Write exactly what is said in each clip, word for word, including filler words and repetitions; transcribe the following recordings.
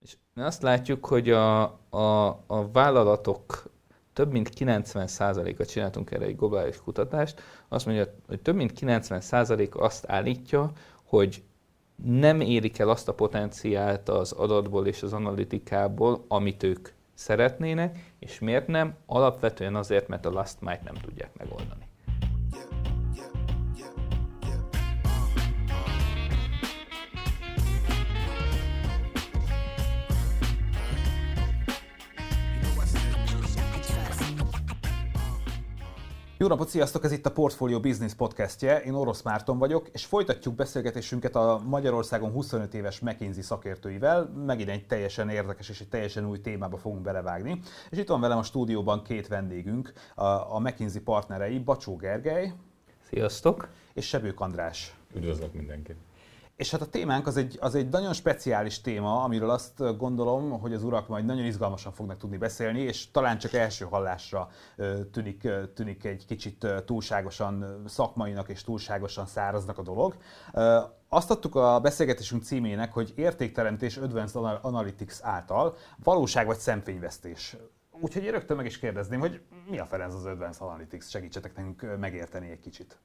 És azt látjuk, hogy a, a, a vállalatok több mint kilencven százaléka, csináltunk erre egy globális kutatást, azt mondja, hogy több mint kilencven százalék azt állítja, hogy nem érik el azt a potenciált az adatból és az analitikából, amit ők szeretnének, és miért nem? Alapvetően azért, mert a last mile-t nem tudják megoldani. Jó napot, sziasztok! Ez itt a Portfolio Business podcastje. Én Orosz Márton vagyok, és folytatjuk beszélgetésünket a Magyarországon huszonöt éves McKinsey szakértőivel. Megint egy teljesen érdekes és egy teljesen új témába fogunk belevágni. És itt van velem a stúdióban két vendégünk, a, a McKinsey partnerei, Bacsó Gergely. Sziasztok! És Sebők András. Üdvözlök mindenkit! És hát a témánk az egy, az egy nagyon speciális téma, amiről azt gondolom, hogy az urak majd nagyon izgalmasan fognak tudni beszélni, és talán csak első hallásra tűnik, tűnik egy kicsit túlságosan szakmainak és túlságosan száraznak a dolog. Azt adtuk a beszélgetésünk címének, hogy értékteremtés Advanced Analytics által, valóság vagy szemfényvesztés. Úgyhogy én rögtön meg is kérdezném, hogy mi a ferenc az Advanced Analytics? Segítsetek nekünk megérteni egy kicsit.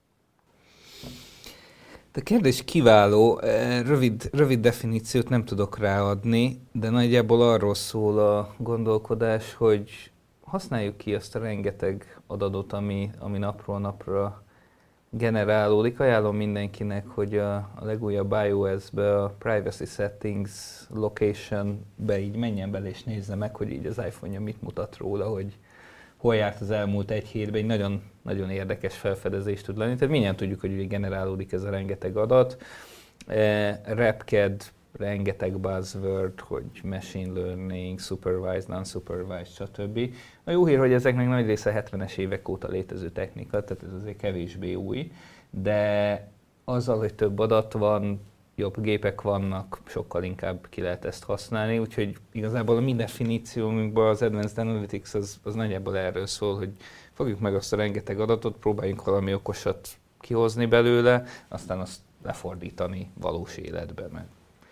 A kérdés kiváló, rövid, rövid definíciót nem tudok ráadni, de nagyjából arról szól a gondolkodás, hogy használjuk ki azt a rengeteg adatot, ami, ami napról napra generálódik. Ajánlom mindenkinek, hogy a, a legújabb iOS-be, a Privacy Settings Location-be így menjen bele és nézze meg, hogy így az iPhone-ja mit mutat róla, hogy hol járt az elmúlt egy hétben, egy nagyon, nagyon érdekes felfedezést tud lenni. Tehát mindjárt tudjuk, hogy generálódik ez a rengeteg adat. E, Repked, rengeteg buzzword, hogy machine learning, supervised, non-supervised, stb. A jó hír, hogy ezeknek nagy része hetvenes évek óta létező technika, tehát ez azért kevésbé új, de azzal, hogy több adat van, jobb gépek vannak, sokkal inkább ki lehet ezt használni, úgyhogy igazából a mi definíciónkban az Advanced Analytics az, az nagyjából erről szól, hogy fogjuk meg azt a rengeteg adatot, próbáljunk valami okosat kihozni belőle, aztán azt lefordítani valós életbe. Meg.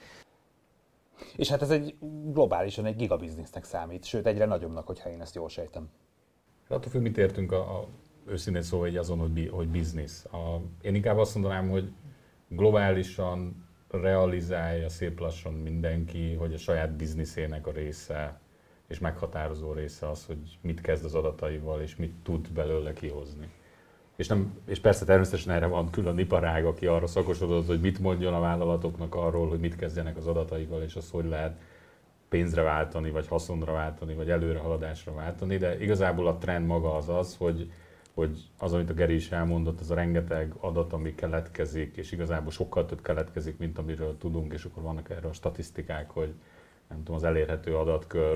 És hát ez egy globálisan egy gigabiznisznek számít, sőt egyre nagyobbnak, hogyha én ezt jól sejtem. Attól függ, mit értünk a, a őszintén szóval egy azon, hogy, hogy biznisz. A, én inkább azt mondanám, hogy globálisan realizálja szép lassan mindenki, hogy a saját bizniszének a része és meghatározó része az, hogy mit kezd az adataival és mit tud belőle kihozni. És, nem, és persze természetesen erre van külön iparág, aki arra szakosodott, hogy mit mondjon a vállalatoknak arról, hogy mit kezdjenek az adataival, és azt hogy lehet pénzre váltani, vagy haszonra váltani, vagy előrehaladásra váltani, de igazából a trend maga az az, hogy hogy az, amit a Geri is elmondott, az a rengeteg adat, ami keletkezik, és igazából sokkal több keletkezik, mint amiről tudunk, és akkor vannak erre a statisztikák, hogy nem tudom, az elérhető adatkör,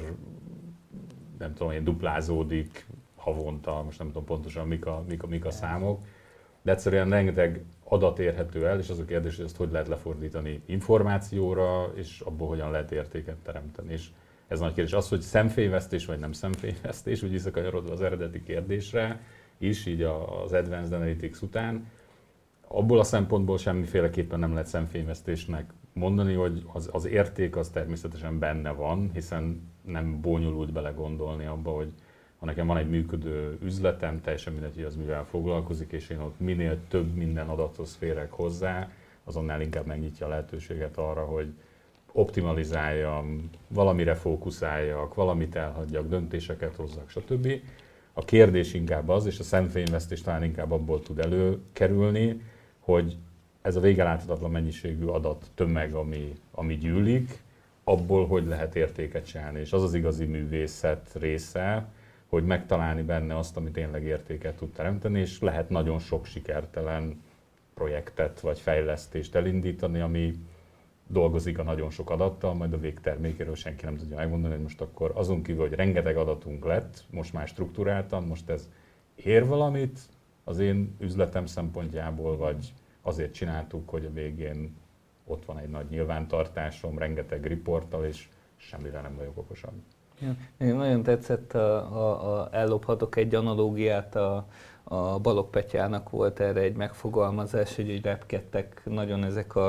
nem tudom, én duplázódik havonta, most nem tudom pontosan mik a, mik a, mik a számok, de egyszerűen rengeteg adat érhető el, és az a kérdés, hogy ezt hogy lehet lefordítani információra, és abból hogyan lehet értéket teremteni. És ez nagy kérdés. Az, hogy szemfényvesztés vagy nem szemfényvesztés, úgy visszakanyarodva az eredeti kérdésre, is, így az Advanced Analytics után. Abból a szempontból semmiféleképpen nem lehet szemfényvesztésnek mondani, hogy az, az érték az természetesen benne van, hiszen nem bonyolult belegondolni abba, hogy ha nekem van egy működő üzletem, teljesen mindegy, hogy az mivel foglalkozik, és én ott minél több minden adathoz férek hozzá, azonnal inkább megnyitja a lehetőséget arra, hogy optimalizáljam, valamire fókuszáljak, valamit elhagyjak, döntéseket hozzak, stb. A kérdés inkább az, és a szemfényvesztés talán inkább abból tud előkerülni, hogy ez a végeláthatatlan mennyiségű adat tömeg, ami, ami gyűlik, abból hogy lehet értéket csinálni. És az az igazi művészet része, hogy megtalálni benne azt, ami tényleg értéket tud teremteni, és lehet nagyon sok sikertelen projektet vagy fejlesztést elindítani, ami dolgozik a nagyon sok adattal, majd a végtermékéről senki nem tudja megmondani, hogy most akkor azon kívül, hogy rengeteg adatunk lett, most már struktúráltan, most ez ér valamit az én üzletem szempontjából, vagy azért csináltuk, hogy a végén ott van egy nagy nyilvántartásom, rengeteg riporttal, és semmivel nem vagyok okosabb. Ja, nagyon tetszett, a, a, a, ellophatok egy analógiát, a, a Balogh Petyának volt erre egy megfogalmazás, hogy így repkedtek nagyon ezek a,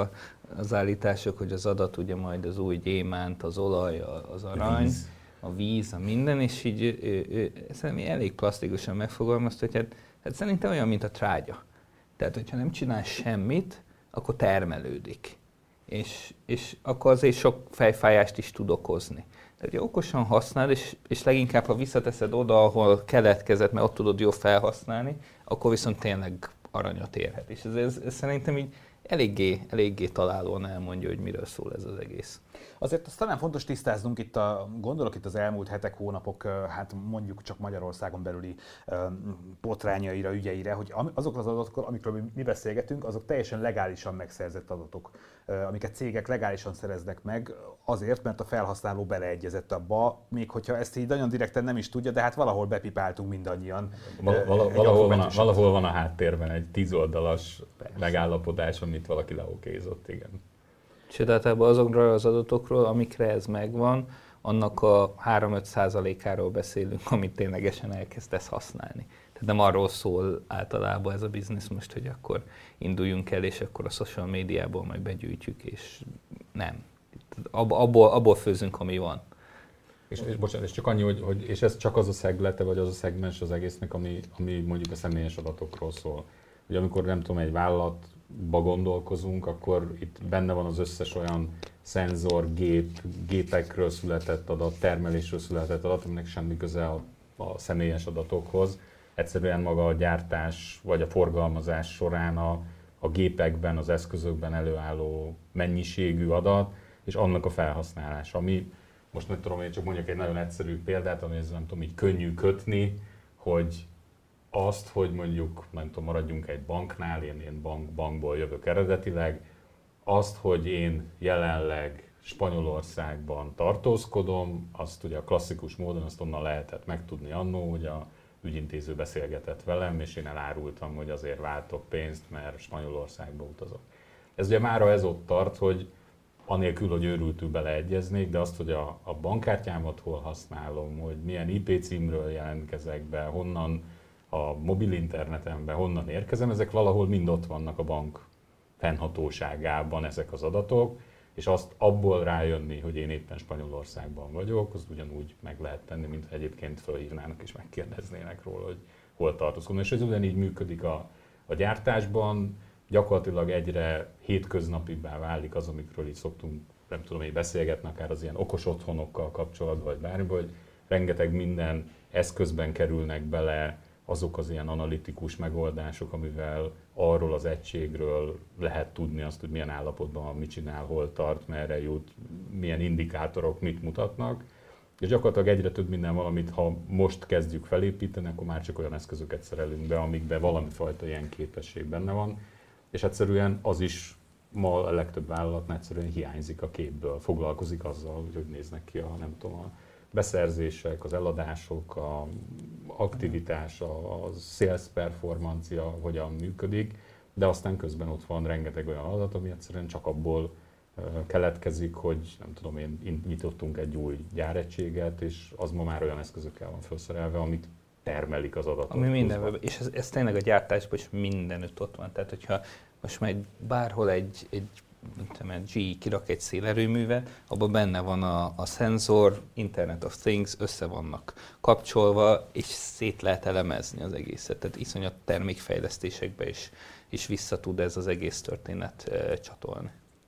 az állítások, hogy az adat ugye majd az új gyémánt, az olaj, az arany, víz. a víz, a minden, és így ő, ő, szerintem elég plastikusan megfogalmazta, hogy hát, hát szerintem olyan, mint a trágya. Tehát, hogyha nem csinál semmit, akkor termelődik. És, és akkor azért sok fejfájást is tud okozni. Tehát, hogy okosan használ, és, és leginkább, ha visszateszed oda, ahol keletkezett, mert ott tudod jól felhasználni, akkor viszont tényleg aranyat érhet. És ez, ez, ez szerintem így eléggé, eléggé találóan elmondja, hogy miről szól ez az egész. Azért azt talán fontos tisztáznunk itt, a, gondolok itt az elmúlt hetek, hónapok, hát mondjuk csak Magyarországon belüli botrányaira, ügyeire, hogy azok az adatok, amikről mi beszélgetünk, azok teljesen legálisan megszerzett adatok, amiket cégek legálisan szereznek meg azért, mert a felhasználó beleegyezett abba, még hogyha ezt így nagyon direkten nem is tudja, de hát valahol bepipáltunk mindannyian. Val- val- valahol, van a, valahol van a háttérben egy tízoldalas megállapodás, amit valaki leokézott, igen. Sőt, általában azokról az adatokról, amikre ez megvan, annak a három-öt százalékáról beszélünk, amit ténylegesen elkezdesz használni. Tehát nem arról szól általában ez a biznisz most, hogy akkor induljunk el, és akkor a social médiából majd begyűjtjük, és nem. Ab, abból, abból főzünk, ami van. És, és bocsánat, és csak annyi, hogy, hogy és ez csak az a szeglete, vagy az a szegmens az egésznek, ami, ami mondjuk a személyes adatokról szól. Ugye amikor nem tudom, egy vállalatba gondolkozunk, akkor itt benne van az összes olyan szenzor, gép, gépekről született adat, termelésről született adat, aminek semmi köze a, a személyes adatokhoz. Egyszerűen maga a gyártás vagy a forgalmazás során a, a gépekben, az eszközökben előálló mennyiségű adat, és annak a felhasználása, ami most nem tudom, én csak mondjak egy nagyon egyszerű példát, ami ez nem tudom, így könnyű kötni, hogy azt, hogy mondjuk, nem tudom, maradjunk egy banknál, én, én bank, bankból jövök eredetileg, azt, hogy én jelenleg Spanyolországban tartózkodom, azt ugye a klasszikus módon azt onnan lehetett megtudni annó, hogy a ügyintéző beszélgetett velem, és én elárultam, hogy azért váltok pénzt, mert Spanyolországba utazok. Ez ugye mára ez ott tart, hogy anélkül, hogy őrültül beleegyeznék, de azt, hogy a, a bankkártyámat hol használom, hogy milyen I P címről jelentkezek be, honnan a mobil internetemben, honnan érkezem, ezek valahol mind ott vannak a bank fennhatóságában ezek az adatok, és azt abból rájönni, hogy én éppen Spanyolországban vagyok, az ugyanúgy meg lehet tenni, mint egyébként felhívnának és megkérdeznének róla, hogy hol tartózkodom. És ez ugyanígy működik a, a gyártásban, gyakorlatilag egyre hétköznapibbá válik az, amikről így szoktunk, nem tudom, hogy beszélgetni akár az ilyen okos otthonokkal kapcsolatban, vagy bármiból, hogy rengeteg minden eszközben kerülnek bele azok az ilyen analitikus megoldások, amivel arról az egységről lehet tudni azt, hogy milyen állapotban van, mit csinál, hol tart, merre jut, milyen indikátorok mit mutatnak. És gyakorlatilag egyre több minden valamit, ha most kezdjük felépíteni, akkor már csak olyan eszközöket szerelünk be, amikben valami fajta ilyen képesség benne van. És egyszerűen az is ma a legtöbb vállalatnál egyszerűen hiányzik a képből, foglalkozik azzal, hogy hogy néznek ki a, nem tudom, a beszerzések, az eladások, a aktivitás, a sales performancia hogyan működik, de aztán közben ott van rengeteg olyan adat, ami egyszerűen csak abból keletkezik, hogy nem tudom én, nyitottunk egy új gyáregységet, és az ma már olyan eszközökkel van felszerelve, amit termelik az adatot. Ami mindenben, és ez, ez tényleg a gyártásban is mindenütt ott van. Tehát, hogyha most már bárhol egy, egy egy gé é kirak egy szélerőművet, abban benne van a, a szenzor, Internet of Things, össze vannak kapcsolva, és szét lehet elemezni az egészet. Tehát iszonyat termékfejlesztésekbe is, is vissza tud ez az egész történet e, csatolni.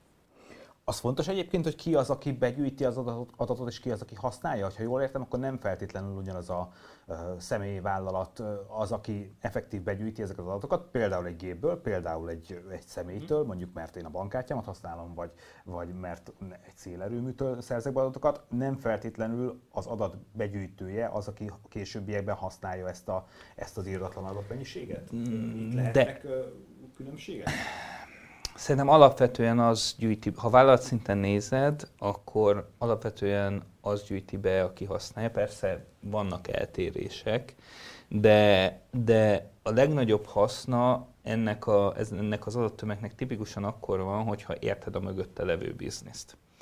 Az fontos egyébként, hogy ki az, aki begyűjti az adatot, és ki az, aki használja. Ha jól értem, akkor nem feltétlenül ugyanaz a uh, személyi vállalat uh, az, aki effektív begyűjti ezeket az adatokat, például egy gépből, például egy, egy személytől, mondjuk mert én a bankkártyámat használom, vagy, vagy mert egy szélerőműtől szerzek be adatokat, nem feltétlenül az adat begyűjtője az, aki a későbbiekben használja ezt, a, ezt az írdatlan adatmennyiséget. Itt lehetnek uh, különbségek? Szerintem alapvetően az gyűjti, ha vállalatszinten nézed, akkor alapvetően az gyűjti be, aki használja. Persze vannak eltérések, de, de a legnagyobb haszna ennek, a, ennek az adattömegnek tipikusan akkor van, hogyha érted a mögötte levő bizniszt.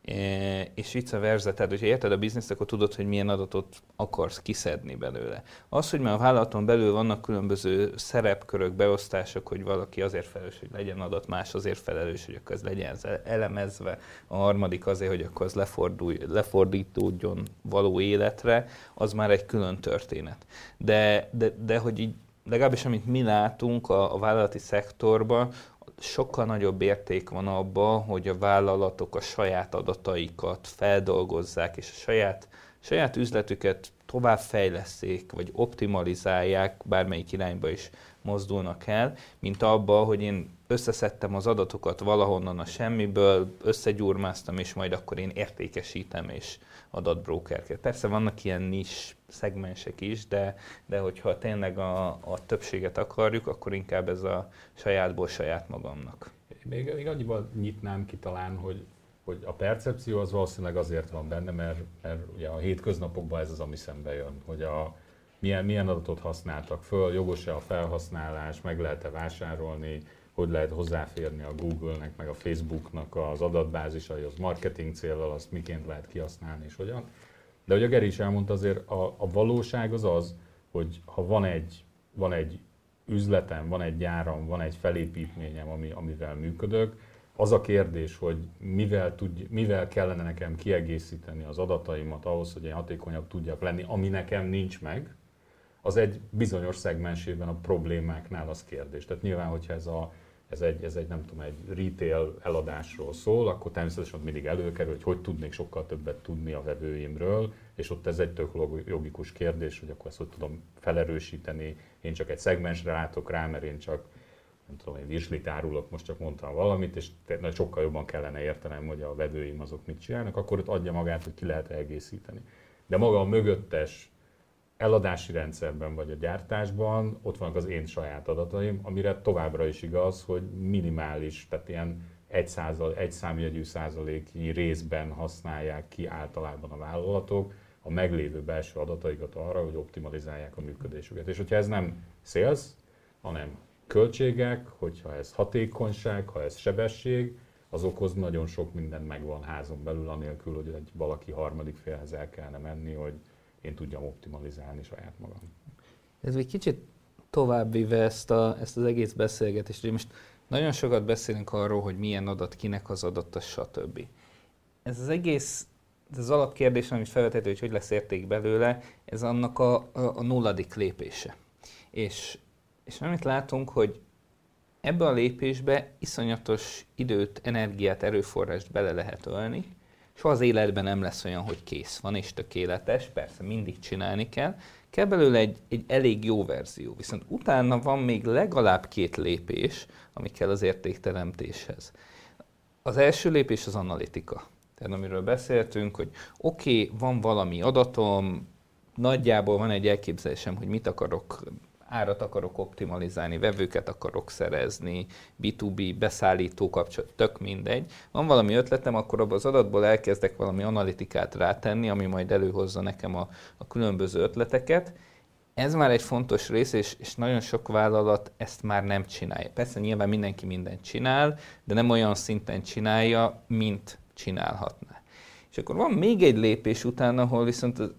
és vice versa, tehát hogyha érted a bizniszt, akkor tudod, hogy milyen adatot akarsz kiszedni belőle. Az, hogy már a vállalaton belül vannak különböző szerepkörök, beosztások, hogy valaki azért felelős, hogy legyen adat, más azért felelős, hogy akkor ez legyen elemezve, a harmadik azért, hogy akkor az lefordítódjon való életre, az már egy külön történet. De, de, de hogy így legalábbis amit mi látunk a, a vállalati szektorban, sokkal nagyobb érték van abban, hogy a vállalatok a saját adataikat feldolgozzák, és a saját, saját üzletüket továbbfejlesszék, vagy optimalizálják, bármelyik irányba is mozdulnak el, mint abban, hogy én összeszedtem az adatokat valahonnan a semmiből, összegyurmáztam, és majd akkor én értékesítem, és adatbrókerként. Persze vannak ilyen nis szegmensek is, de, de hogyha tényleg a, a többséget akarjuk, akkor inkább ez a sajátból saját magamnak. Még, még annyival nyitnám ki talán, hogy, hogy a percepció az valószínűleg azért van benne, mert, mert ugye a hétköznapokban ez az, ami szembe jön, hogy a, milyen, milyen adatot használtak föl, jogos-e a felhasználás, meg lehet-e vásárolni, hogy lehet hozzáférni a Google-nek, meg a Facebooknak az adatbázisaihoz, marketing céllal, azt miként lehet kihasználni és hogyan. De ahogy a Geri is elmondta, azért a, a valóság az az, hogy ha van egy, van egy üzletem, van egy gyáram, van egy felépítményem, ami, amivel működök, az a kérdés, hogy mivel, tudj, mivel kellene nekem kiegészíteni az adataimat ahhoz, hogy én hatékonyabb tudjak lenni, ami nekem nincs meg, az egy bizonyos szegmensében a problémáknál az kérdés. Tehát nyilván, hogyha ez, a, ez, egy, ez egy, nem tudom, egy retail eladásról szól, akkor természetesen ott mindig előkerül, hogy hogy tudnék sokkal többet tudni a vevőimről, és ott ez egy tök logikus kérdés, hogy akkor ezt hogy tudom felerősíteni. Én csak egy szegmensre látok rá, mert én csak, nem tudom, én virslit árulok, most csak mondtam valamit, és sokkal jobban kellene értenem, hogy a vevőim azok mit csinálnak, akkor ott adja magát, hogy ki lehet egészíteni. De maga a mögöttes eladási rendszerben vagy a gyártásban ott vannak az én saját adataim, amire továbbra is igaz, hogy minimális, tehát ilyen egy, százal, egy számjegyű százaléknyi részben használják ki általában a vállalatok a meglévő belső adataikat arra, hogy optimalizálják a működésüket. És hogyha ez nem sales, hanem költségek, hogyha ez hatékonyság, ha ez sebesség, azokhoz nagyon sok minden megvan házon belül, anélkül, hogy egy valaki harmadik félhez el kellene menni, hogy én tudjam optimalizálni saját magam. Ez egy kicsit továbbvive ezt, a, ezt az egész beszélgetést. Most nagyon sokat beszélünk arról, hogy milyen adat, kinek az adata, stb. Ez az egész, ez az alapkérdés, amit felvethető, hogy hogy lesz érték belőle, ez annak a, a, a nulladik lépése. És, és amit látunk, hogy ebbe a lépésbe iszonyatos időt, energiát, erőforrást bele lehet ölni, soha az életben nem lesz olyan, hogy kész van és tökéletes, persze mindig csinálni kell, kell belőle egy, egy elég jó verzió, viszont utána van még legalább két lépés, ami kell az értékteremtéshez. Az első lépés az analitika. Tehát amiről beszéltünk, hogy oké, okay, van valami adatom, nagyjából van egy elképzelésem, hogy mit akarok, árat akarok optimalizálni, vevőket akarok szerezni, bé kettő bé, beszállító kapcsolat, tök mindegy. Van valami ötletem, akkor abban az adatból elkezdek valami analitikát rátenni, ami majd előhozza nekem a, a különböző ötleteket. Ez már egy fontos rész, és, és nagyon sok vállalat ezt már nem csinálja. Persze nyilván mindenki mindent csinál, de nem olyan szinten csinálja, mint csinálhatná. És akkor van még egy lépés utána, ahol viszont az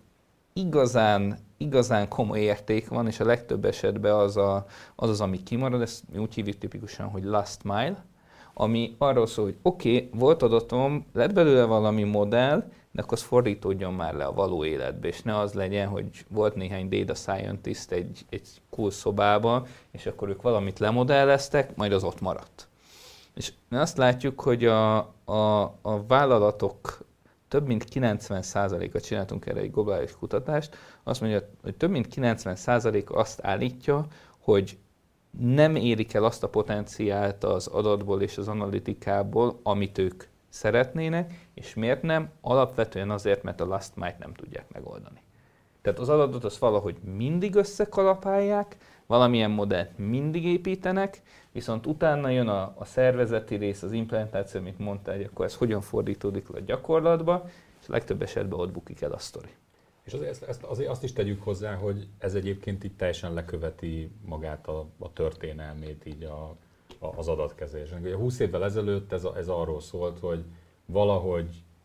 igazán, igazán komoly érték van, és a legtöbb esetben az az, az, az ami kimarad, ezt mi úgy hívjuk tipikusan, hogy last mile, ami arról szól, hogy oké, okay, volt adatom, lett belőle valami modell, de akkor az fordítódjon már le a való életbe, és ne az legyen, hogy volt néhány data scientist egy, egy cool szobában, és akkor ők valamit lemodelleztek, majd az ott maradt. És mi azt látjuk, hogy a, a, a vállalatok több mint kilencven százaléka, csináltunk erre egy globális kutatást, azt mondja, hogy több mint kilencven százalék azt állítja, hogy nem érik el azt a potenciált az adatból és az analitikából, amit ők szeretnének, és miért nem? Alapvetően azért, mert a last mile-t nem tudják megoldani. Tehát az adatot azt valahogy mindig összekalapálják, valamilyen modellt mindig építenek, viszont utána jön a, a szervezeti rész, az implementáció, amit mondtál, hogy akkor ez hogyan fordítódik le a gyakorlatba, és a legtöbb esetben ott bukik el a sztori. És azért, ezt, azért azt is tegyük hozzá, hogy ez egyébként itt teljesen leköveti magát a, a történelmét így a, a, az adatkezelésnek. Ugye húsz évvel ezelőtt ez, a, ez arról szólt, hogy valahogy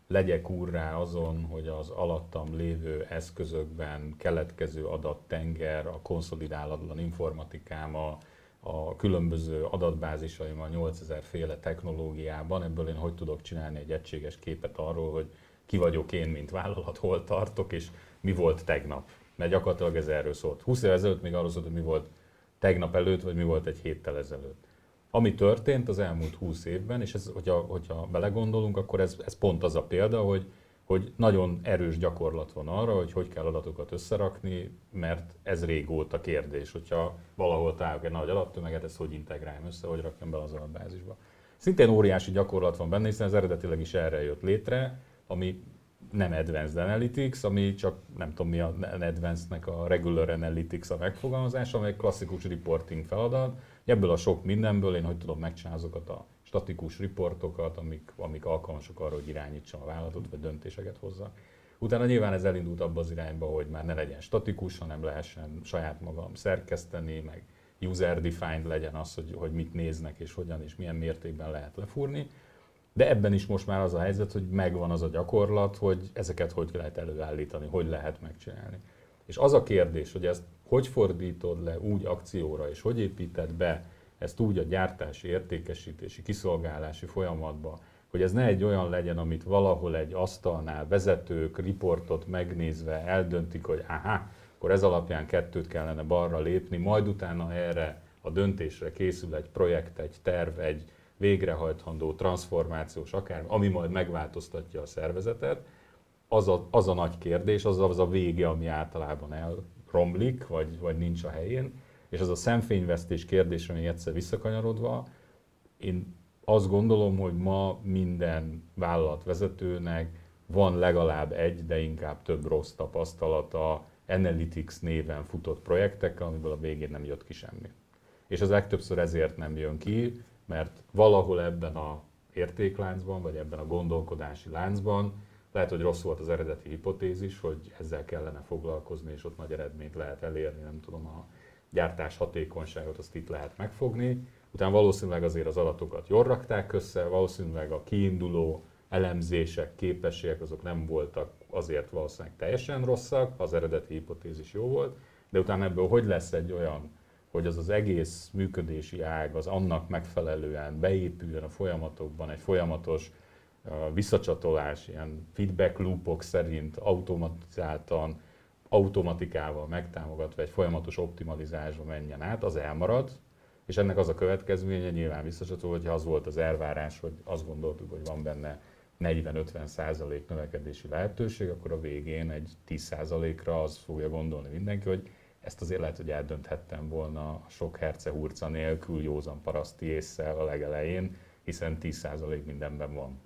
legyek úrrá azon, hogy az alattam lévő eszközökben keletkező adattenger, a konszolidálatlan informatikám, a, a különböző adatbázisaim, a nyolcezer féle technológiában, ebből én hogy tudok csinálni egy egységes képet arról, hogy ki vagyok én, mint vállalat, hol tartok, és mi volt tegnap. Mert gyakorlatilag ez erről szólt. húsz évvel ezelőtt még arról szólt, hogy mi volt tegnap előtt, vagy mi volt egy héttel ezelőtt. Ami történt az elmúlt húsz évben, és ez, hogyha, hogyha belegondolunk, akkor ez, ez pont az a példa, hogy, hogy nagyon erős gyakorlat van arra, hogy hogy kell adatokat összerakni, mert ez régóta kérdés, hogyha valahol találok egy nagy adattömeget, ezt hogy integráljam össze, hogy rakjam be az adatbázisba. Szintén óriási gyakorlat van benne, hiszen ez eredetileg is erre jött létre, ami nem Advanced Analytics, ami csak nem tudom mi a Advanced-nek a Regular Analytics a megfogalmazása, amely klasszikus reporting feladat. Ebből a sok mindenből én hogy tudom megcsinálni azokat a statikus riportokat, amik, amik alkalmasak arra, hogy irányítsam a vállalatot, vagy döntéseket hozzak. Utána nyilván ez elindult abba az irányba, hogy már ne legyen statikus, hanem lehessen saját magam szerkeszteni, meg user-defined legyen az, hogy, hogy mit néznek, és hogyan, és milyen mértékben lehet lefúrni. De ebben is most már az a helyzet, hogy megvan az a gyakorlat, hogy ezeket hogy lehet előállítani, hogy lehet megcsinálni. És az a kérdés, hogy ezt hogy fordítod le úgy akcióra, és hogy építed be ezt úgy a gyártási, értékesítési, kiszolgálási folyamatba, hogy ez ne egy olyan legyen, amit valahol egy asztalnál vezetők, riportot megnézve eldöntik, hogy aha, akkor ez alapján kettőt kellene balra lépni, majd utána erre a döntésre készül egy projekt, egy terv, egy végrehajthandó, transformációs akár, ami majd megváltoztatja a szervezetet, az a, az a nagy kérdés, az az a vége, ami általában elromlik, vagy, vagy nincs a helyén. És az a szemfényvesztés kérdésre még egyszer visszakanyarodva, én azt gondolom, hogy ma minden vállalatvezetőnek van legalább egy, de inkább több rossz tapasztalata Analytics néven futott projektekkel, amiből a végén nem jött ki semmi. És az legtöbbször ezért nem jön ki, mert valahol ebben az értékláncban, vagy ebben a gondolkodási láncban lehet, hogy rossz volt az eredeti hipotézis, hogy ezzel kellene foglalkozni, és ott nagy eredményt lehet elérni, nem tudom, a gyártás hatékonyságot azt itt lehet megfogni. Utána valószínűleg azért az adatokat jól rakták össze, valószínűleg a kiinduló elemzések, képességek azok nem voltak azért valószínűleg teljesen rosszak, az eredeti hipotézis jó volt, de utána ebből hogy lesz egy olyan, hogy az az egész működési ág az annak megfelelően beépüljön a folyamatokban, egy folyamatos uh, visszacsatolás, ilyen feedback loopok szerint automatizáltan, automatikával megtámogatva egy folyamatos optimalizásba menjen át, az elmarad, és ennek az a következménye nyilván visszacsatol, hogyha az volt az elvárás, hogy azt gondoltuk, hogy van benne negyven-ötven százalék növekedési lehetőség, akkor a végén egy tíz százalékra az fogja gondolni mindenki, hogy ezt azért lehet, hogy eldönthettem volna a sok herce-hurca nélkül, józan paraszti ésszel a legelején, hiszen tíz százalék mindenben van.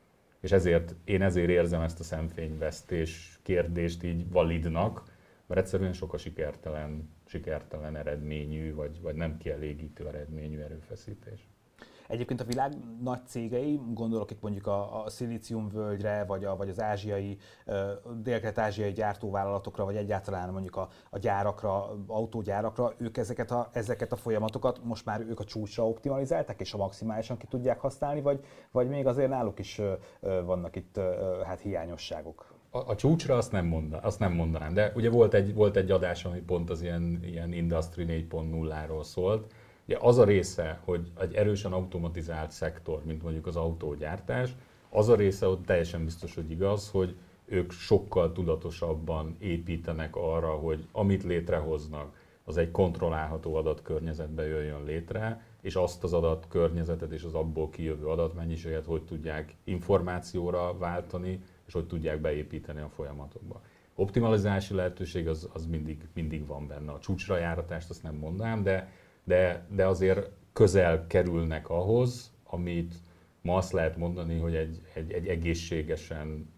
És ezért, én ezért érzem ezt a szemfényvesztés kérdést így validnak, mert egyszerűen sok a sikertelen, sikertelen eredményű, vagy, vagy nem kielégítő eredményű erőfeszítés. Egyébként a világ nagy cégei, gondolok itt mondjuk a, a szilíciumvölgyre, vagy, a, vagy az ázsiai, dél-kelet-ázsiai gyártóvállalatokra, vagy egyáltalán mondjuk a, a gyárakra, autógyárakra, ők ezeket a, ezeket a folyamatokat most már ők a csúcsra optimalizálták, és a maximálisan ki tudják használni, vagy, vagy még azért náluk is vannak itt hát hiányosságok? A, a csúcsra azt nem, mondan, azt nem mondanám, de ugye volt egy, volt egy adás, ami pont az ilyen, ilyen Industry négy pont nulláról szólt. Ugye az a része, hogy egy erősen automatizált szektor, mint mondjuk az autógyártás, az a része ott teljesen biztos, hogy igaz, hogy ők sokkal tudatosabban építenek arra, hogy amit létrehoznak, az egy kontrollálható adatkörnyezetbe jöjjön létre, és azt az adatkörnyezetet és az abból kijövő adatmennyiséget hogy tudják információra váltani, és hogy tudják beépíteni a folyamatokba. Optimalizási lehetőség az, az mindig, mindig van benne. A csúcsra járatást azt nem mondanám, de De, de azért közel kerülnek ahhoz, amit ma azt lehet mondani, hogy egy, egy, egy egészségesen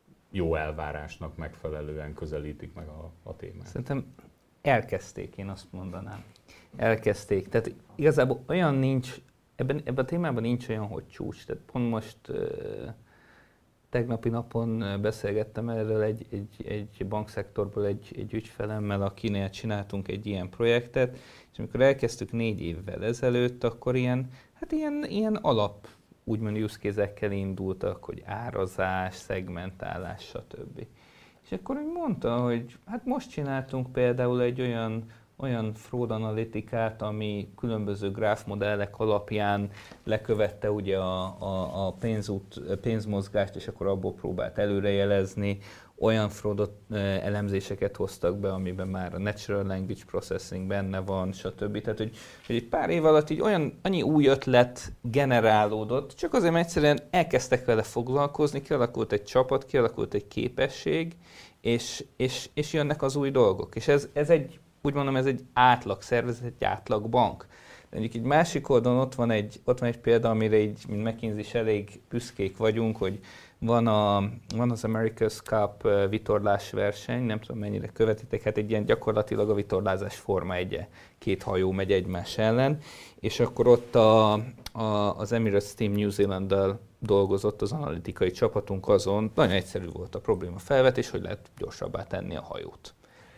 jó elvárásnak megfelelően közelítik meg a, a témát. Szerintem elkezdték, én azt mondanám. Elkezdték. Tehát igazából olyan nincs, ebben, ebben a témában nincs olyan, hogy csúcs. Tehát pont most uh, tegnapi napon beszélgettem erről egy, egy, egy bankszektorból egy, egy ügyfelemmel, akinél csináltunk egy ilyen projektet, és amikor elkezdtük négy évvel ezelőtt, akkor ilyen, hát ilyen, ilyen alap úgymond use case-ekkel indultak, hogy árazás, szegmentálás, stb. És akkor úgy mondta, hogy hát most csináltunk például egy olyan, olyan fraud analitikát, ami különböző gráfmodellek alapján lekövette ugye a, a, a pénzút, pénzmozgást, és akkor abból próbált előrejelezni. Olyan fraudot, elemzéseket hoztak be, amiben már a natural language processing benne van, stb. Tehát, hogy, hogy egy pár év alatt így olyan, annyi új ötlet generálódott, csak azért, mert egyszerűen elkezdtek vele foglalkozni, kialakult egy csapat, kialakult egy képesség, és, és, és jönnek az új dolgok. És ez, ez egy, úgy mondom, ez egy átlag szervezet, egy átlag bank. De mondjuk egy másik oldalon ott van egy, ott van egy példa, amire így, mint McKinsey is elég büszkék vagyunk, hogy van, a, van az America's Cup vitorlás verseny, nem tudom mennyire követitek, hát egy ilyen gyakorlatilag a vitorlázás forma egye, két hajó megy egymás ellen, és akkor ott a, a, az Emirates Team New Zealand-dal dolgozott az analitikai csapatunk azon, nagyon egyszerű volt a probléma felvetés, hogy lehet gyorsabbá tenni a hajót.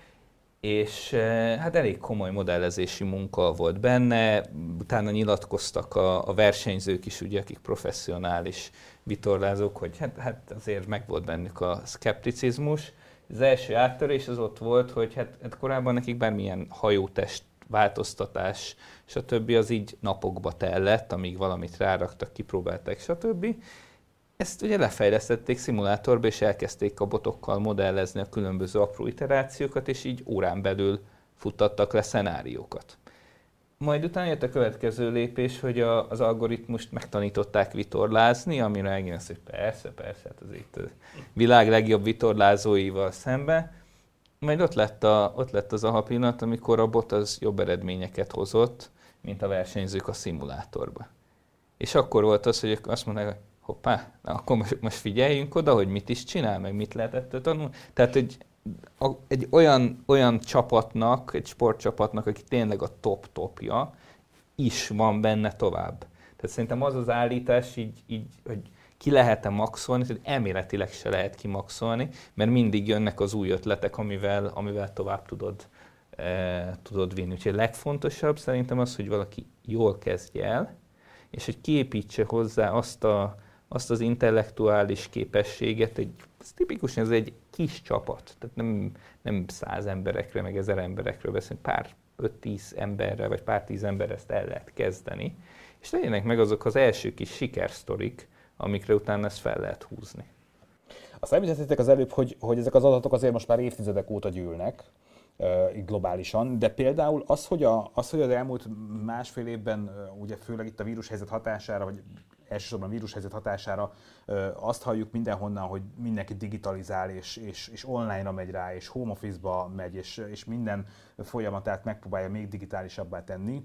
És hát elég komoly modellezési munka volt benne, utána nyilatkoztak a, a versenyzők is, ugye, akik professzionális vitorlázók, hogy hát, hát azért megvolt bennük a szkepticizmus. Az első áttörés az ott volt, hogy hát, hát korábban nekik bármilyen hajótest változtatás, stb. Az így napokba tellett, amíg valamit ráraktak, kipróbálták, stb. Ezt ugye lefejlesztették szimulátorba, és elkezdték a botokkal modellezni a különböző apró iterációkat, és így órán belül futtattak le szenáriókat. Majd utána jött a következő lépés, hogy a, az algoritmust megtanították vitorlázni, amire megint azt, hogy persze, persze, hát az itt a világ legjobb vitorlázóival szembe. Majd ott lett, a, ott lett az a pillanat, amikor a bot az jobb eredményeket hozott, mint a versenyzők a szimulátorba. És akkor volt az, hogy azt mondták, hogy hoppá, na, akkor most, most figyeljünk oda, hogy mit is csinál, meg mit lehet ettől tanulni. Tehát egy, a, egy olyan, olyan csapatnak, egy sportcsapatnak, aki tényleg a top-topja, is van benne tovább. Tehát szerintem az az állítás így, így hogy ki lehet-e maxolni, tehát elméletileg se lehet kimaxolni, mert mindig jönnek az új ötletek, amivel, amivel tovább tudod, e, tudod vinni. Úgyhogy a legfontosabb szerintem az, hogy valaki jól kezdje el, és hogy kiépítse hozzá azt, a, azt az intellektuális képességet, egy, ez tipikusan ez egy kis csapat, tehát nem, nem száz emberekről, meg ezer emberekről beszélünk, pár öt-tíz emberrel, vagy pár tíz ember ezt el lehet kezdeni, és legyenek meg azok az első kis sikersztorik, amikre utána ezt fel lehet húzni. Azt említettétek az előbb, hogy, hogy ezek az adatok azért most már évtizedek óta gyűlnek, globálisan, de például az, hogy, a, az, hogy az elmúlt másfél évben, ugye főleg itt a vírushelyzet hatására, vagy elsősorban a vírushelyzet hatására azt halljuk mindenhonnan, hogy mindenki digitalizál, és, és, és online-ra megy rá, és home office-ba megy, és, és minden folyamatát megpróbálja még digitálisabbá tenni.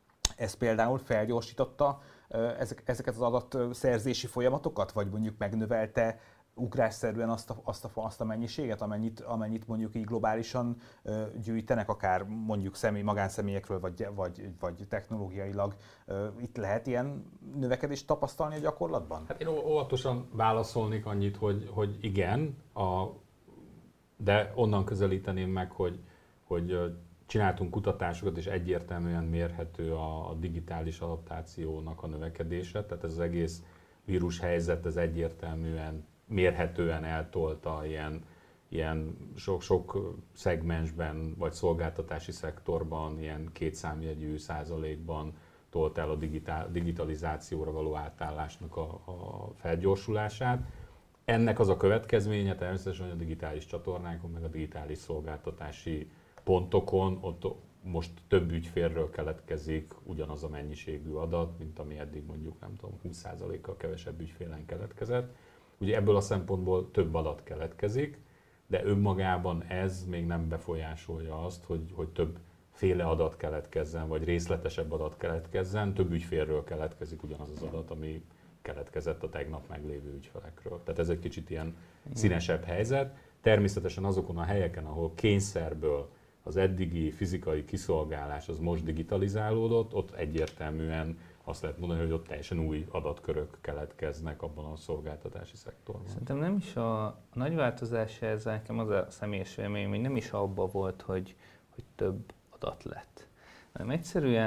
Ez például felgyorsította ezek, ezeket az adatszerzési folyamatokat, vagy mondjuk megnövelte ugrásszerűen azt a, azt a, azt a mennyiséget, amennyit, amennyit mondjuk így globálisan ö, gyűjtenek, akár mondjuk személy, magánszemélyekről, vagy, vagy, vagy technológiailag. Ö, itt lehet ilyen növekedést tapasztalni a gyakorlatban? Hát én óvatosan válaszolnék annyit, hogy, hogy igen, a, de onnan közelíteném meg, hogy, hogy csináltunk kutatásokat, és egyértelműen mérhető a, a digitális adaptációnak a növekedése, tehát ez az egész vírushelyzet, ez egyértelműen mérhetően eltolta ilyen, ilyen sok-sok szegmensben, vagy szolgáltatási szektorban, ilyen kétszámjegyű százalékban tolt el a digitál, digitalizációra való átállásnak a, a felgyorsulását. Ennek az a következménye természetesen, hogy a digitális csatornákon, meg a digitális szolgáltatási pontokon ott most több ügyfélről keletkezik ugyanaz a mennyiségű adat, mint ami eddig mondjuk nem tudom, húsz százalékkal kevesebb ügyfélen keletkezett. Ugye ebből a szempontból több adat keletkezik, de önmagában ez még nem befolyásolja azt, hogy, hogy több féle adat keletkezzen, vagy részletesebb adat keletkezzen, több ügyfélről keletkezik ugyanaz az adat, ami keletkezett a tegnap meglévő ügyfelekről. Tehát ez egy kicsit ilyen színesebb helyzet. Természetesen azokon a helyeken, ahol kényszerből az eddigi fizikai kiszolgálás az most digitalizálódott, ott egyértelműen azt lehet mondani, hogy ott teljesen új adatkörök keletkeznek abban a szolgáltatási szektorban. Szerintem nem is a, a nagy változás ez, nekem az a személyes véleményem, hogy nem is abban volt, hogy, hogy több adat lett. Hanem egyszerűen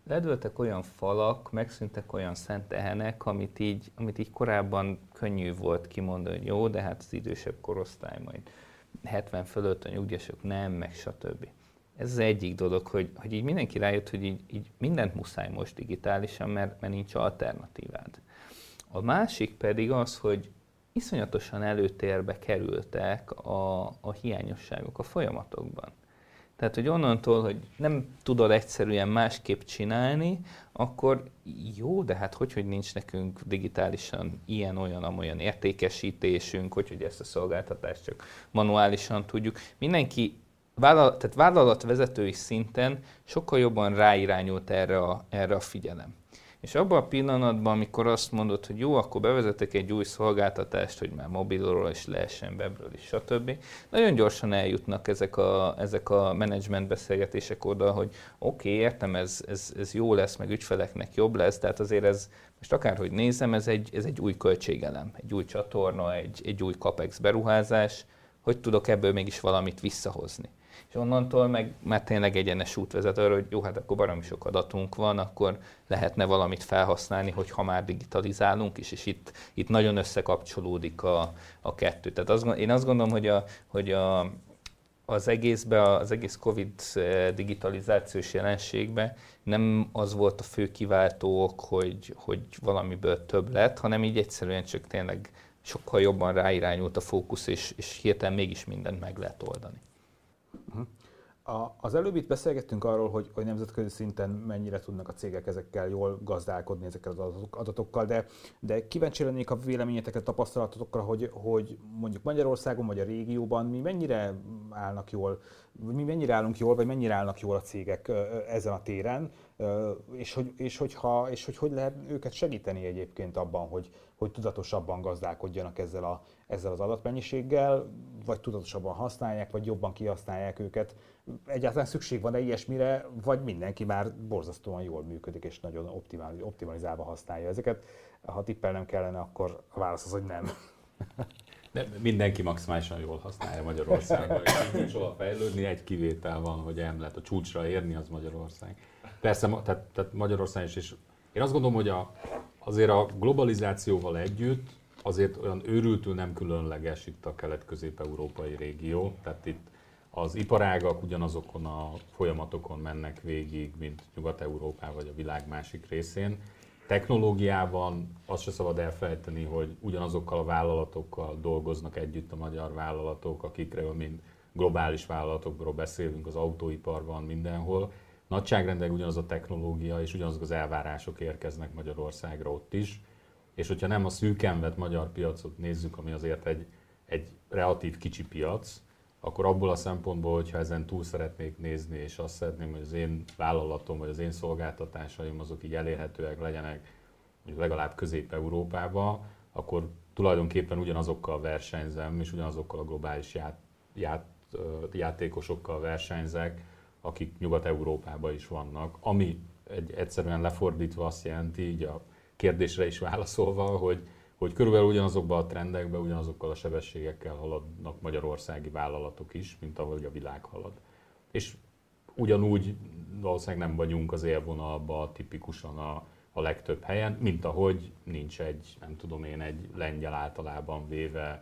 Ledöltek olyan falak, megszűntek olyan szent tehenek, amit így, amit így korábban könnyű volt kimondani, hogy jó, de hát az idősebb korosztály majd hetven fölött a nyugdíjasok nem, meg stb. Ez az egyik dolog, hogy, hogy így mindenki rájött, hogy így, így mindent muszáj most digitálisan, mert, mert nincs alternatívád. A másik pedig az, hogy iszonyatosan előtérbe kerültek a, a hiányosságok a folyamatokban. Tehát, hogy onnantól, hogy nem tudod egyszerűen másképp csinálni, akkor jó, de hát hogy, hogy nincs nekünk digitálisan ilyen, olyan, amolyan értékesítésünk, hogy, hogy ezt a szolgáltatást csak manuálisan tudjuk. Mindenki vállalat, tehát vállalatvezetői szinten sokkal jobban ráirányult erre a, erre a figyelem. És abban a pillanatban, amikor azt mondod, hogy jó, akkor bevezetek egy új szolgáltatást, hogy már mobilról is lehessen, webről is, stb. Nagyon gyorsan eljutnak ezek a, ezek a menedzsment beszélgetések oda, hogy oké, okay, értem, ez, ez, ez jó lesz, meg ügyfeleknek jobb lesz, tehát azért ez, most akárhogy nézem, ez egy, ez egy új költségelem, egy új csatorna, egy, egy új capex beruházás, hogy tudok ebből mégis valamit visszahozni. És onnantól meg már tényleg egyenes út vezet arra, hogy jó, hát akkor baromi sok adatunk van, akkor lehetne valamit felhasználni, hogy ha már digitalizálunk is, és itt, itt nagyon összekapcsolódik a, a kettő. Tehát az, én azt gondolom, hogy, a, hogy a, az egészben, az egész Covid digitalizációs jelenségben nem az volt a fő kiváltó ok, hogy, hogy valamiből több lett, hanem így egyszerűen csak tényleg sokkal jobban ráirányult a fókusz, és, és hirtelen mégis mindent meg lehet oldani. A, az előbb itt beszélgettünk arról, hogy, hogy nemzetközi szinten mennyire tudnak a cégek ezekkel jól gazdálkodni, ezekkel az adatokkal, de, de kíváncsi lennék a véleményetekre, tapasztalatokra, hogy, hogy mondjuk Magyarországon vagy a régióban mi mennyire állnak jól, mi mennyire állunk jól, vagy mennyire állnak jól a cégek ezen a téren, és hogy, és hogyha, és hogy, hogy lehet őket segíteni egyébként abban, hogy, hogy tudatosabban gazdálkodjanak ezzel, a, ezzel az adatmennyiséggel, vagy tudatosabban használják, vagy jobban kihasználják őket. Egyáltalán szükség van-e ilyesmire, vagy mindenki már borzasztóan jól működik, és nagyon optimalizálva használja ezeket. Ha tippelnem kellene, akkor a válasz az, hogy nem. De mindenki maximálisan jól használja Magyarországon. Nincs hova fejlődni, egy kivétel van, hogy nem lehet a csúcsra érni, az Magyarország. Persze, tehát, tehát Magyarország is, és én azt gondolom, hogy a, azért a globalizációval együtt azért olyan őrültül nem különleges itt a kelet-közép-európai régió, tehát itt az iparágak ugyanazokon a folyamatokon mennek végig, mint Nyugat-Európában vagy a világ másik részén. Technológiában azt se szabad elfelejteni, hogy ugyanazokkal a vállalatokkal dolgoznak együtt a magyar vállalatok, akikről mind globális vállalatokról beszélünk, az autóiparban, mindenhol. Nagyságrendileg ugyanaz a technológia és ugyanazok az elvárások érkeznek Magyarországra ott is. És hogyha nem a szűken vett magyar piacot nézzük, ami azért egy, egy relatív kicsi piac, akkor abból a szempontból, hogyha ezen túl szeretnék nézni, és azt szeretném, hogy az én vállalatom, vagy az én szolgáltatásaim azok így elérhetőek legyenek legalább Közép-Európába, akkor tulajdonképpen ugyanazokkal versenyzem, és ugyanazokkal a globális ját, ját, játékosokkal versenyzek, akik Nyugat-Európában is vannak, ami egy, egyszerűen lefordítva azt jelenti, így a kérdésre is válaszolva, hogy, hogy körülbelül ugyanazokban a trendekben, ugyanazokkal a sebességekkel haladnak magyarországi vállalatok is, mint ahogy a világ halad. És ugyanúgy valószínűleg nem vagyunk az élvonalban tipikusan a, a legtöbb helyen, mint ahogy nincs egy, nem tudom én, egy lengyel általában véve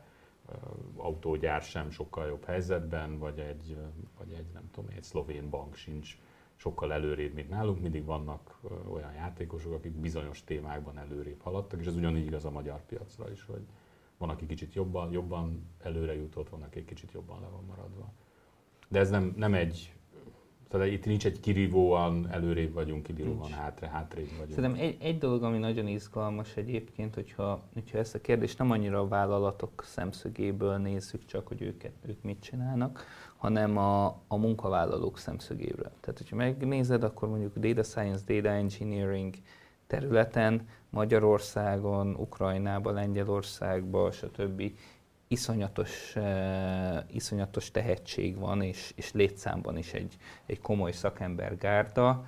autógyár sem sokkal jobb helyzetben, vagy egy, vagy egy nem tudom, egy szlovén bank sincs sokkal előrébb, mint nálunk. Mindig vannak olyan játékosok, akik bizonyos témákban előrébb haladtak, és ez ugyanígy igaz a magyar piacra is, hogy van, aki kicsit jobban, jobban előre jutott, van, aki kicsit jobban le van maradva. De ez nem, nem egy, tehát itt nincs egy kirívóan előrébb vagyunk, kirívóan hátra, hátrébb vagyunk. Szerintem egy, egy dolog, ami nagyon izgalmas egyébként, hogyha, hogyha ezt a kérdést nem annyira a vállalatok szemszögéből nézzük csak, hogy őket, ők mit csinálnak, hanem a, a munkavállalók szemszögéből. Tehát, hogyha megnézed, akkor mondjuk data science, data engineering területen Magyarországon, Ukrajnában, Lengyelországban, stb. Iszonyatos, uh, iszonyatos tehetség van, és, és létszámban is egy, egy komoly szakembergárda.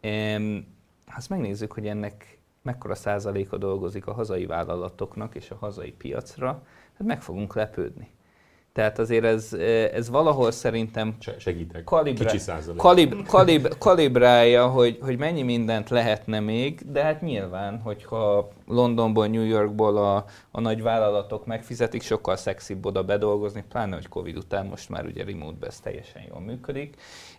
Um, ha azt megnézzük, hogy ennek mekkora százaléka dolgozik a hazai vállalatoknak és a hazai piacra, hát meg fogunk lepődni. Tehát azért ez, ez valahol szerintem segítek, kalibra, kicsi százalék. Kalib, kalib, kalibrálja, hogy, hogy mennyi mindent lehetne még, de hát nyilván, hogyha Londonból, New Yorkból a, a nagy vállalatok megfizetik, sokkal szexibb oda bedolgozni, pláne, hogy Covid után most már ugye remote-ben ez teljesen jól működik.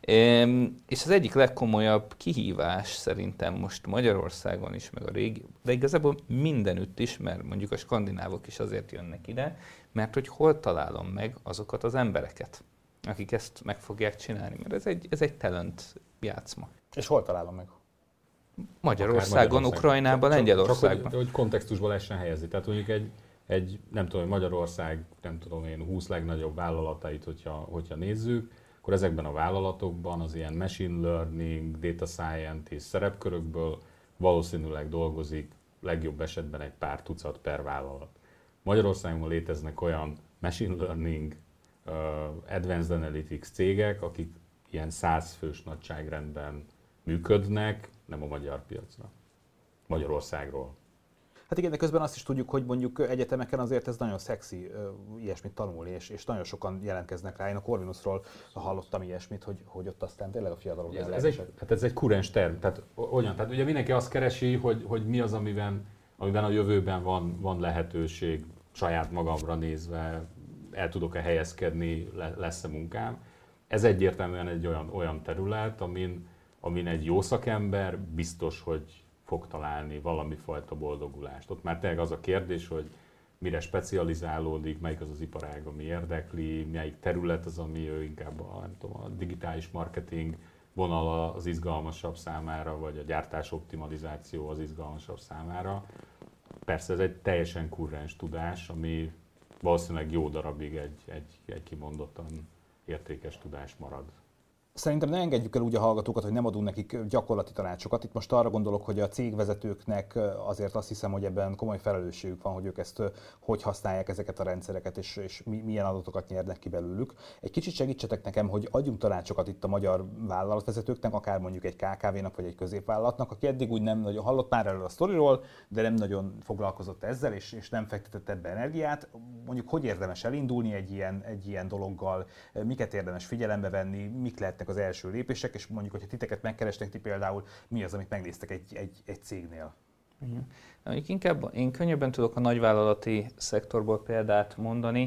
És az egyik legkomolyabb kihívás szerintem most Magyarországon is, meg a régió, de igazából mindenütt is, mert mondjuk a skandinávok is azért jönnek ide, mert hogy hol találom meg azokat az embereket, akik ezt meg fogják csinálni, mert ez egy, ez egy talent játszma. És hol találom meg? Magyarországon, Magyarországon. Ukrajnában, Lengyelországban. Csak, hogy, hogy kontextusba lehessen helyezni. Tehát mondjuk egy, egy, nem tudom, Magyarország, nem tudom én, húsz legnagyobb vállalatait, hogyha, hogyha nézzük, akkor ezekben a vállalatokban az ilyen machine learning, data scientist szerepkörökből valószínűleg dolgozik legjobb esetben egy pár tucat per vállalat. Magyarországon léteznek olyan machine learning, uh, advanced analytics cégek, akik ilyen száz fős nagyságrendben működnek, nem a magyar piacra, Magyarországról. Hát igen, de közben azt is tudjuk, hogy mondjuk egyetemeken azért ez nagyon szexi uh, ilyesmit tanulni, és, és nagyon sokan jelentkeznek rá. Én a Corvinusról hallottam ilyesmit, hogy, hogy ott aztán tényleg a fiatalok ez, ez, egy, hát ez egy kurens term, tehát olyan, tehát ugye mindenki azt keresi, hogy, hogy mi az, amiben, amiben a jövőben van, van lehetőség, saját magamra nézve, el tudok-e helyezkedni, lesz-e munkám. Ez egyértelműen egy olyan, olyan terület, amin, amin egy jó szakember biztos, hogy fog találni valami fajta boldogulást. Ott már tényleg az a kérdés, hogy mire specializálódik, melyik az az iparág, ami érdekli, melyik terület az, ami ő inkább a, nem tudom, a digitális marketing vonal az izgalmasabb számára, vagy a gyártás optimalizáció az izgalmasabb számára. Persze ez egy teljesen kurrens tudás, ami valószínűleg jó darabig egy, egy, egy kimondottan értékes tudás marad. Szerintem ne engedjük el úgy a hallgatókat, hogy nem adunk nekik gyakorlati tanácsokat. Itt most arra gondolok, hogy a cégvezetőknek azért azt hiszem, hogy ebben komoly felelősségük van, hogy ők ezt hogy használják ezeket a rendszereket, és, és milyen adatokat nyernek ki belőlük. Egy kicsit segítsetek nekem, hogy adjunk tanácsokat itt a magyar vállalatvezetőknek, akár mondjuk egy ká ká vé-nak vagy egy középvállalatnak, aki eddig úgy nem nagyon hallott már erről a sztoriról, de nem nagyon foglalkozott ezzel, és, és nem fektetett ebbe energiát. Mondjuk hogy érdemes elindulni egy ilyen, egy ilyen dologgal, miket érdemes figyelembe venni, mik lehetnek az első lépések, és mondjuk, hogyha titeket megkerestek, ti például, mi az, amit megnéztek egy, egy, egy cégnél? Uh-huh. Inkább én könnyebben tudok a nagyvállalati szektorból példát mondani.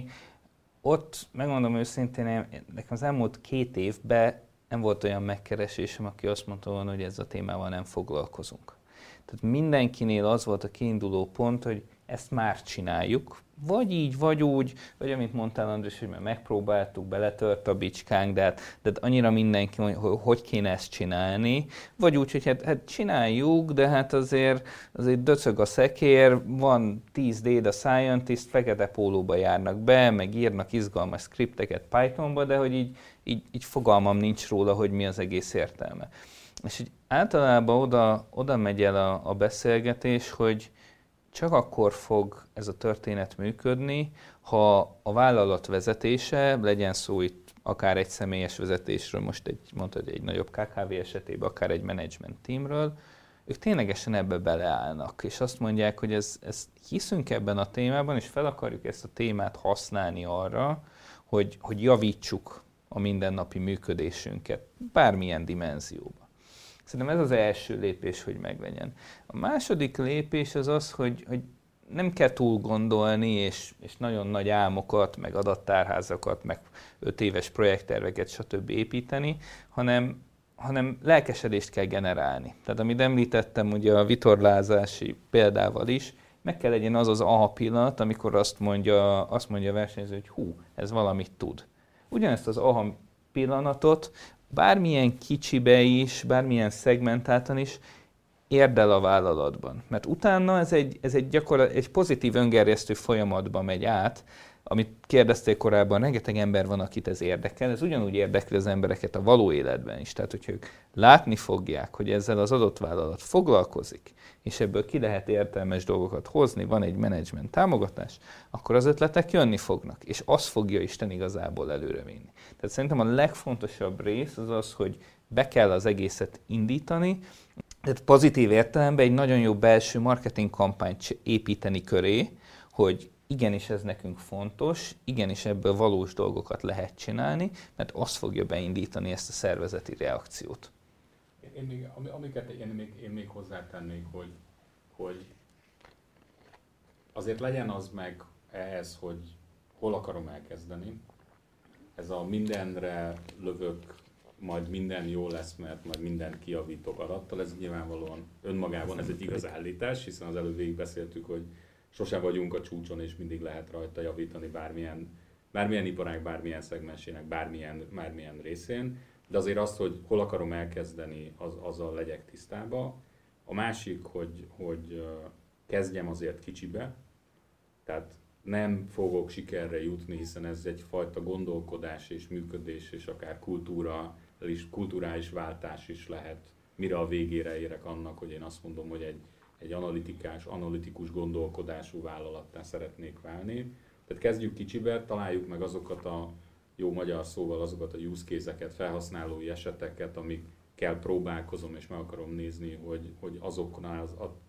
Ott, megmondom őszintén, nekem az elmúlt két évben nem volt olyan megkeresésem, aki azt mondta volna, hogy ezzel a témával nem foglalkozunk. Tehát mindenkinél az volt a kiinduló pont, hogy ezt már csináljuk, vagy így, vagy úgy, vagy amit mondtál, András, hogy már megpróbáltuk, beletört a bicskánk, de hát, de hát annyira mindenki mondja, hogy hogy kéne ezt csinálni, vagy úgy, hogy hát, hát csináljuk, de hát azért, azért döcög a szekér, van tíz data scientist, fekete pólóba járnak be, meg írnak izgalmas skripteket Pythonba, de hogy így, így, így fogalmam nincs róla, hogy mi az egész értelme. És így általában oda, oda megy el a, a beszélgetés, hogy csak akkor fog ez a történet működni, ha a vállalat vezetése, legyen szó itt akár egy személyes vezetésről, most egy, mondtad, egy nagyobb ká ká vé esetében, akár egy management teamről, ők ténylegesen ebbe beleállnak, és azt mondják, hogy ez, ez hiszünk ebben a témában, és fel akarjuk ezt a témát használni arra, hogy, hogy javítsuk a mindennapi működésünket, bármilyen dimenzióban. Szerintem ez az első lépés, hogy meglegyen. A második lépés az az, hogy, hogy nem kell túl gondolni, és, és nagyon nagy álmokat, meg adattárházakat, meg öt éves projektterveket, stb. Építeni, hanem, hanem lelkesedést kell generálni. Tehát amit említettem ugye a vitorlázási példával is, meg kell legyen az az aha pillanat, amikor azt mondja, azt mondja a versenyző, hogy hú, ez valamit tud. Ugyanezt az aha pillanatot bármilyen kicsibe is, bármilyen szegmentáltan is érdel a vállalatban. Mert utána ez egy, ez egy, gyakorlat, egy pozitív öngerjesztő folyamatba megy át, amit kérdezték korábban, rengeteg ember van, akit ez érdekel, ez ugyanúgy érdekli az embereket a való életben is. Tehát, hogyha ők látni fogják, hogy ezzel az adott vállalat foglalkozik, és ebből ki lehet értelmes dolgokat hozni, van egy menedzsment támogatás, akkor az ötletek jönni fognak, és az fogja Isten igazából előrevinni. Tehát szerintem a legfontosabb rész az az, hogy be kell az egészet indítani, tehát pozitív értelemben egy nagyon jó belső marketing kampányt építeni köré, hogy igenis ez nekünk fontos, igenis ebből valós dolgokat lehet csinálni, mert az fogja beindítani ezt a szervezeti reakciót. Én még, amiket én még, én még hozzátennék, hogy, hogy azért legyen az meg ehhez, hogy hol akarom elkezdeni. Ez a mindenre lövök, majd minden jó lesz, mert majd mindent kijavítok adattal, ez nyilvánvalóan önmagában ez egy igaz állítás, hiszen az előbb végig beszéltük, hogy sosem vagyunk a csúcson, és mindig lehet rajta javítani bármilyen, bármilyen iparág, bármilyen szegmensének, bármilyen, bármilyen részén, de azért azt, hogy hol akarom elkezdeni, az, azzal legyek tisztába. A másik, hogy, hogy kezdjem azért kicsibe, tehát nem fogok sikerre jutni, hiszen ez egyfajta gondolkodás és működés, és akár kultúra, kulturális váltás is lehet, mire a végére érek annak, hogy én azt mondom, hogy egy, egy analitikás, analitikus gondolkodású vállalattá szeretnék válni. Tehát kezdjük kicsibe, találjuk meg azokat a jó magyar szóval, azokat a use case-eket, felhasználói eseteket, amikkel próbálkozom és meg akarom nézni, hogy, hogy azoknál az, a,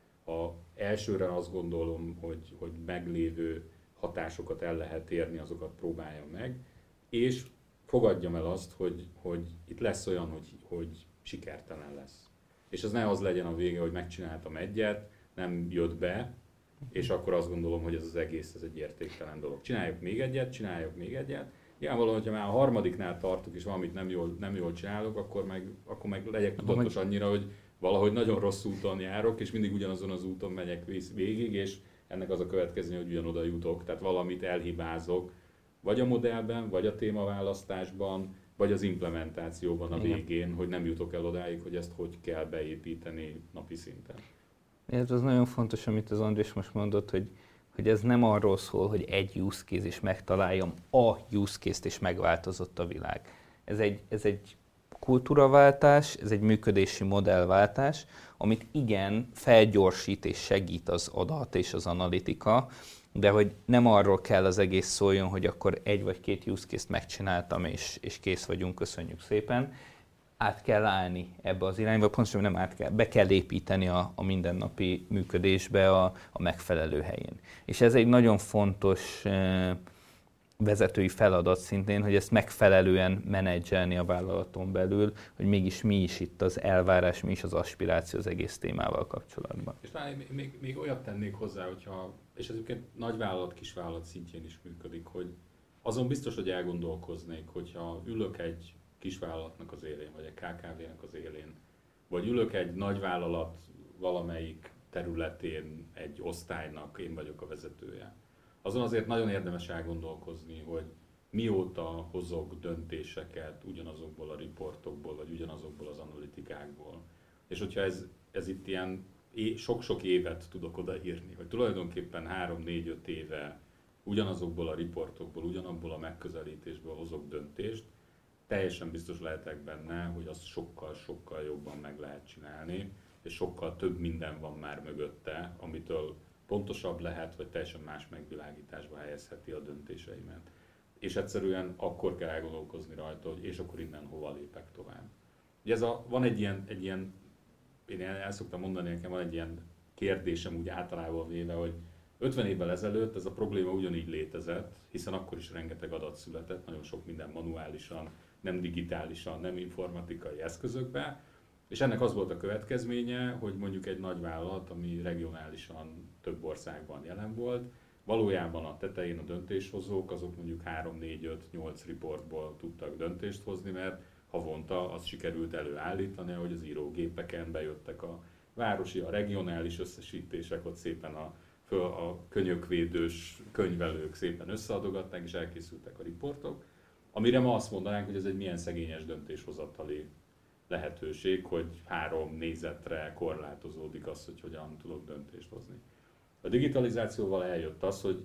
a elsőre azt gondolom, hogy, hogy meglévő hatásokat el lehet érni, azokat próbáljam meg, és fogadjam el azt, hogy, hogy itt lesz olyan, hogy, hogy sikertelen lesz. És az ne az legyen a vége, hogy megcsináltam egyet, nem jött be, és akkor azt gondolom, hogy ez az egész ez egy értéktelen dolog. Csináljuk még egyet, csináljuk még egyet. Nyilvánvalóan, hogyha már a harmadiknál tartok, és valamit nem jól, nem jól csinálok, akkor meg, akkor meg legyek tudatos annyira, hogy valahogy nagyon rossz úton járok, és mindig ugyanazon az úton megyek végig, és ennek az a következménye, hogy ugyanoda jutok, tehát valamit elhibázok, vagy a modellben, vagy a témaválasztásban, vagy az implementációban a végén, hogy nem jutok el odáig, hogy ezt hogy kell beépíteni napi szinten. Ez az nagyon fontos, amit az András most mondott, hogy, hogy ez nem arról szól, hogy egy use case és megtaláljam a use case-t és megváltozott a világ. Ez egy, ez egy kultúraváltás, ez egy működési modellváltás, amit igen, felgyorsít és segít az adat és az analitika, de hogy nem arról kell az egész szóljon, hogy akkor egy vagy két use case-t megcsináltam és, és kész vagyunk, köszönjük szépen. Át kell állni ebbe az irányba, pontosan nem át kell, be kell építeni a, a mindennapi működésbe a, a megfelelő helyén. És ez egy nagyon fontos eh, vezetői feladat szintén, hogy ezt megfelelően menedzselni a vállalaton belül, hogy mégis mi is itt az elvárás, mi is az aspiráció az egész témával kapcsolatban. És talán még, még, még olyat tennék hozzá, hogyha, és ez egyébként nagyvállalat, kisvállalat szintjén is működik, hogy azon biztos, hogy elgondolkoznék, hogyha ülök egy kisvállalatnak az élén, vagy egy ká ká vé-nek az élén, vagy ülök egy nagyvállalat valamelyik területén egy osztálynak, én vagyok a vezetője. Azon azért nagyon érdemes elgondolkozni, hogy mióta hozok döntéseket ugyanazokból a riportokból, vagy ugyanazokból az analitikákból. És hogyha ez, ez itt ilyen sok-sok évet tudok odaírni, hogy tulajdonképpen három-négy-öt éve ugyanazokból a riportokból, ugyanabból a megközelítésből hozok döntést, teljesen biztos lehetek benne, hogy azt sokkal-sokkal jobban meg lehet csinálni, és sokkal több minden van már mögötte, amitől pontosabb lehet, vagy teljesen más megvilágításba helyezheti a döntéseimet. És egyszerűen akkor kell elgondolkozni rajta, hogy és akkor innen hova lépek tovább. Ugye ez a, van egy ilyen, egy ilyen, én el szoktam mondani, nekem van egy ilyen kérdésem úgy általában véve, hogy ötven évvel ezelőtt ez a probléma ugyanígy létezett, hiszen akkor is rengeteg adat született, nagyon sok minden manuálisan, nem digitálisan, nem informatikai eszközökben, és ennek az volt a következménye, hogy mondjuk egy nagy vállalat, ami regionálisan több országban jelen volt, valójában a tetején a döntéshozók, azok mondjuk három, négy, öt, nyolc riportból tudtak döntést hozni, mert havonta azt sikerült előállítani, hogy az írógépeken bejöttek a városi, a regionális összesítések, ott szépen a, föl a könyökvédős könyvelők szépen összeadogatták, és elkészültek a riportok, amire ma azt mondanánk, hogy ez egy milyen szegényes döntéshozatali lehetőség, hogy három nézetre korlátozódik az, hogy hogyan tudok döntést hozni. A digitalizációval eljött az, hogy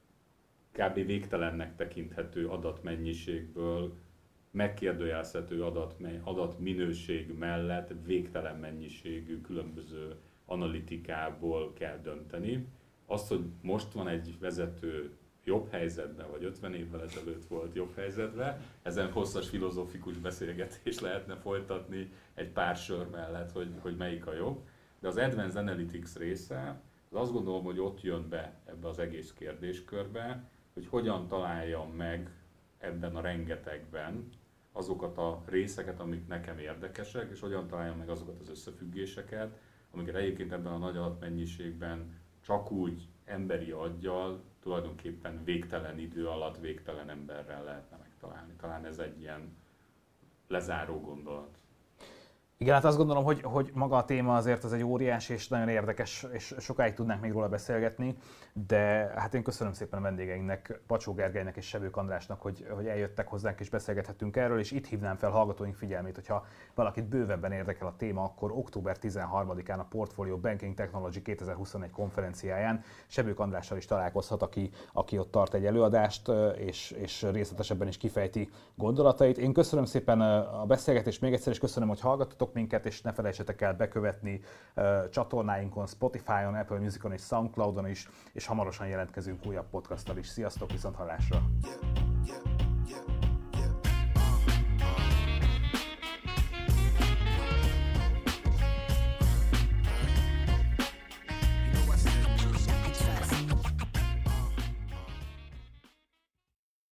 kb. Végtelennek tekinthető adatmennyiségből megkérdőjelezhető adat, adatminőség mellett végtelen mennyiségű különböző analitikából kell dönteni. Azt, hogy most van egy vezető jobb helyzetben, vagy ötven évvel ezelőtt volt jobb helyzetben, ezen hosszas filozófikus beszélgetés lehetne folytatni egy pár sör mellett, hogy, hogy melyik a jobb. De az Advanced Analytics része, az azt gondolom, hogy ott jön be ebbe az egész kérdéskörbe, hogy hogyan találjam meg ebben a rengetegben azokat a részeket, amik nekem érdekesek, és hogyan találjam meg azokat az összefüggéseket, amiket egyébként ebben a nagy adatmennyiségben csak úgy emberi aggyal, tulajdonképpen végtelen idő alatt, végtelen emberrel lehetne megtalálni. Talán ez egy ilyen lezáró gondolat. Igen, hát azt gondolom, hogy, hogy maga a téma azért az egy óriás és nagyon érdekes, és sokáig tudnánk még róla beszélgetni, de hát én köszönöm szépen a vendégeinknek, Pacsó Gergelynek és Sebők Andrásnak, hogy, hogy eljöttek hozzánk és beszélgethettünk erről, és itt hívnám fel hallgatóink figyelmét, hogyha valakit bővebben érdekel a téma, akkor október tizenharmadikán a Portfolio Banking Technology kétezer-huszonegy konferenciáján Sebők Andrással is találkozhat, aki, aki ott tart egy előadást, és, és részletesebben is kifejti gondolatait. Én köszönöm szépen a beszélgetést még egyszer, és köszönöm, hogy hallgattatok minket, és ne felejtsetek el bekövetni uh, csatornáinkon, Spotify-on, Apple Musicon és Soundcloudon is, és hamarosan jelentkezünk újabb podcasttal is. Sziasztok, viszont hallásra!